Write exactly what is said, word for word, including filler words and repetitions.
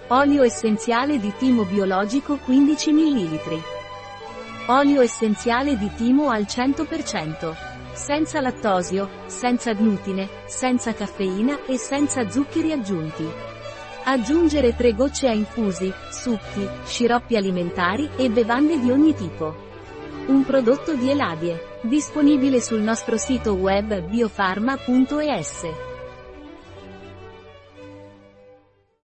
Olio essenziale di timo biologico quindici millilitri. Olio essenziale di timo al cento per cento. Senza lattosio, senza glutine, senza caffeina e senza zuccheri aggiunti. Aggiungere tre gocce a infusi, succhi, sciroppi alimentari e bevande di ogni tipo. Un prodotto di Eladie. Disponibile sul nostro sito web biofarma punto es.